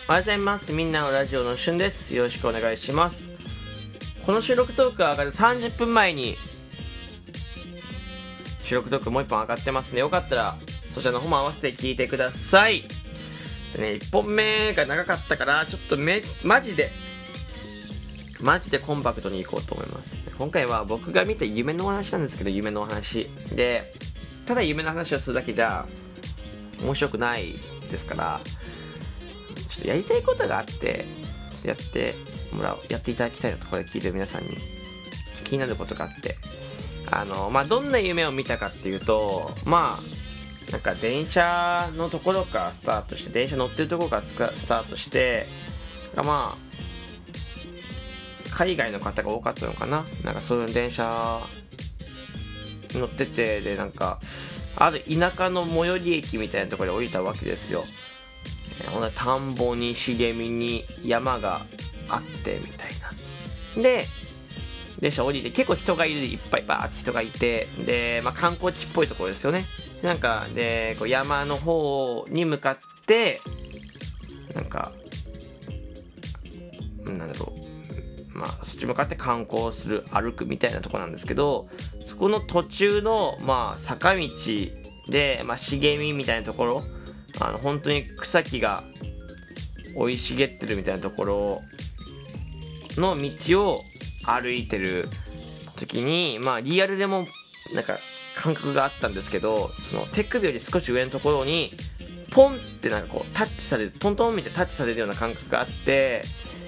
おはようございます。みんなのラジオのしゅんです。よろしくお願いします。この収録トークが上がる30分前に収録トークもう1本上がってますね。よかったらそちらの方も合わせて聞いてください。でね、1本目が長かったからちょっとマジでコンパクトにいこうと思います。今回は僕が見た夢のお話なんですけど、夢のお話で、ただ夢の話をするだけじゃ面白くないですから、ちょっとやりたいことがあってやっていただきたいのところで聞いてる皆さんに気になることがあって、どんな夢を見たかっていうと、なんか電車のところからスタートして、電車乗ってるところからスタートして、海外の方が多かったのかな。なんかそういう電車乗ってて、でなんかある田舎の最寄り駅みたいなところで降りたわけですよ。ほんな田んぼに茂みに山があってみたいな。で電車降りて結構人がいる、いっぱいバーって人がいて、で、観光地っぽいところですよね。なんかでこう山の方に向かってなんかそっち向かって観光する、歩くみたいなところなんですけど、そこの途中の坂道で、茂みみたいなところ、本当に草木が生い茂ってるみたいなところの道を歩いてる時に、リアルでもなんか感覚があったんですけど、その手首より少し上のところにポンってなんかこうタッチされる、トントンみたいなタッチされるような感覚があって、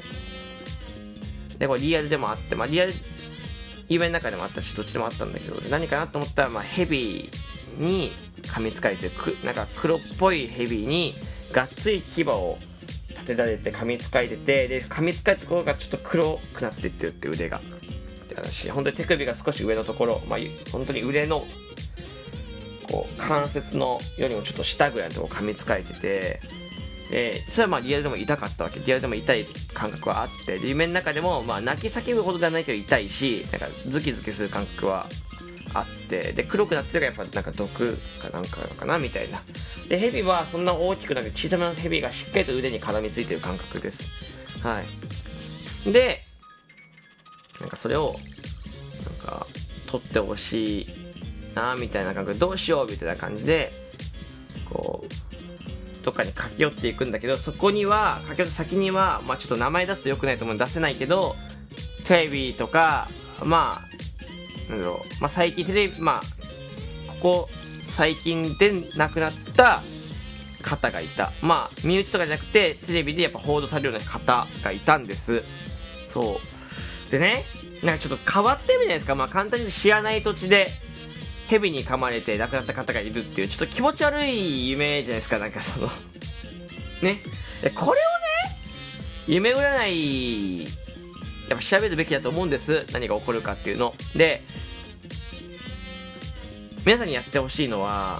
でこれリアルでもあって、リアル夢の中でもあったし、どっちでもあったんだけど、何かなと思ったら、ヘビに噛みつかれてる、なんか黒っぽいヘビにがっつり牙を立てられて噛みつかれてて、で噛みつかれたところがちょっと黒くなっていってるって腕がって話。本当に手首が少し上のところ、本当に腕のこう関節のよりもちょっと下ぐらいのところ噛みつかれてて、でそれはリアルでも痛かったわけ。リアルでも痛い感覚はあって、で夢の中でも泣き叫ぶほどではないけど痛いし、なんかズキズキする感覚はあって、で黒くなってるからやっぱなんか毒かなんかかなみたいな。でヘビはそんな大きくなく小さめのヘビがしっかりと腕に絡みついてる感覚です。はい。でなんかそれをなんか取ってほしいなみたいな感覚、どうしようみたいな感じでこうどっかに駆け寄っていくんだけど、そこには駆け寄った先には、ちょっと名前出すとよくないと思うので出せないけど、テレビとか最近テレビここ最近で亡くなった方がいた、身内とかじゃなくてテレビでやっぱ報道されるような方がいたんです。そうでね、なんかちょっと変わってるじゃないですか。簡単に知らない土地でヘビに噛まれて亡くなった方がいるっていう、ちょっと気持ち悪い夢じゃないですか。なんかそのね、これをね、夢占いやっぱ調べるべきだと思うんです。何が起こるかっていうので、皆さんにやってほしいのは、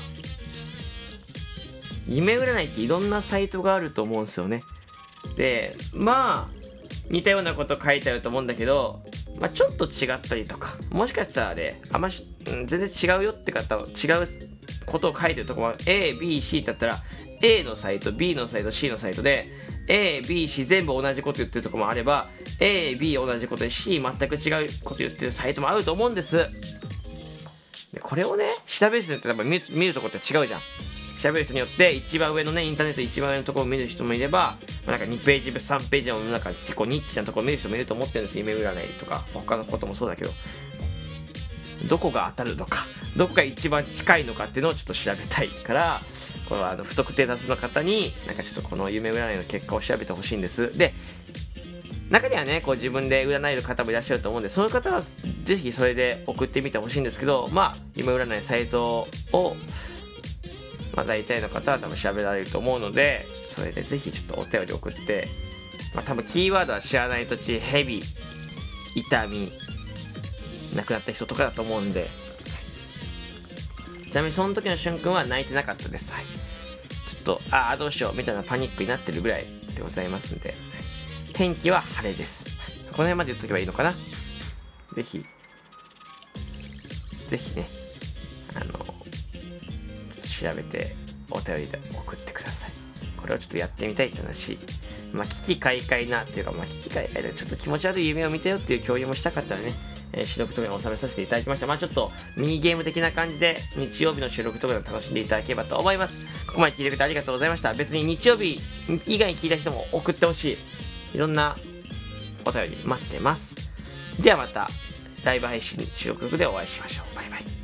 夢占いっていろんなサイトがあると思うんですよね。で似たようなこと書いてあると思うんだけど、ちょっと違ったりとか、もしかしたらね、全然違うよって方は違うことを書いてるところは A、B、C だったら A のサイト、B のサイト、C のサイトで A、B、C 全部同じこと言ってるところもあれば A、B 同じことで C 全く違うこと言ってるサイトもあると思うんです。でこれをね、調べる人によって見るところって違うじゃん。調べる人によって一番上のね、インターネット一番上のところを見る人もいれば、なんか2ページ3ページの中結構ニッチなところを見る人もいると思ってるんです。夢占いとか他のこともそうだけど、どこが当たるのか、どこが一番近いのかっていうのをちょっと調べたいから、これは不特定多数の方になんかちょっとこの夢占いの結果を調べてほしいんです。で中にはね、こう自分で占える方もいらっしゃると思うんで、そういう方はぜひそれで送ってみてほしいんですけど、夢占いサイトを大体の方は多分調べられると思うので、それでぜひちょっとお便り送って、多分キーワードは知らない土地、ヘビ、痛み、亡くなった人とかだと思うんで。ちなみにその時のしゅんくんは泣いてなかったです。はい、ちょっとどうしようみたいなパニックになってるぐらいでございますんで、天気は晴れです。この辺まで言っとけばいいのかな。ぜひね、ちょっと調べてお便りで送ってください。 これをちょっとやってみたいって話、危機快快なっていうか、危機快快でちょっと気持ち悪い夢を見たよっていう共有もしたかったらね、収録とかに収めさせていただきました。ちょっとミニゲーム的な感じで日曜日の収録とかで楽しんでいただければと思います。ここまで聞いてくれてありがとうございました。別に日曜日以外に聞いた人も送ってほしい。いろんなお便り待ってます。ではまたライブ配信収録でお会いしましょう。バイバイ。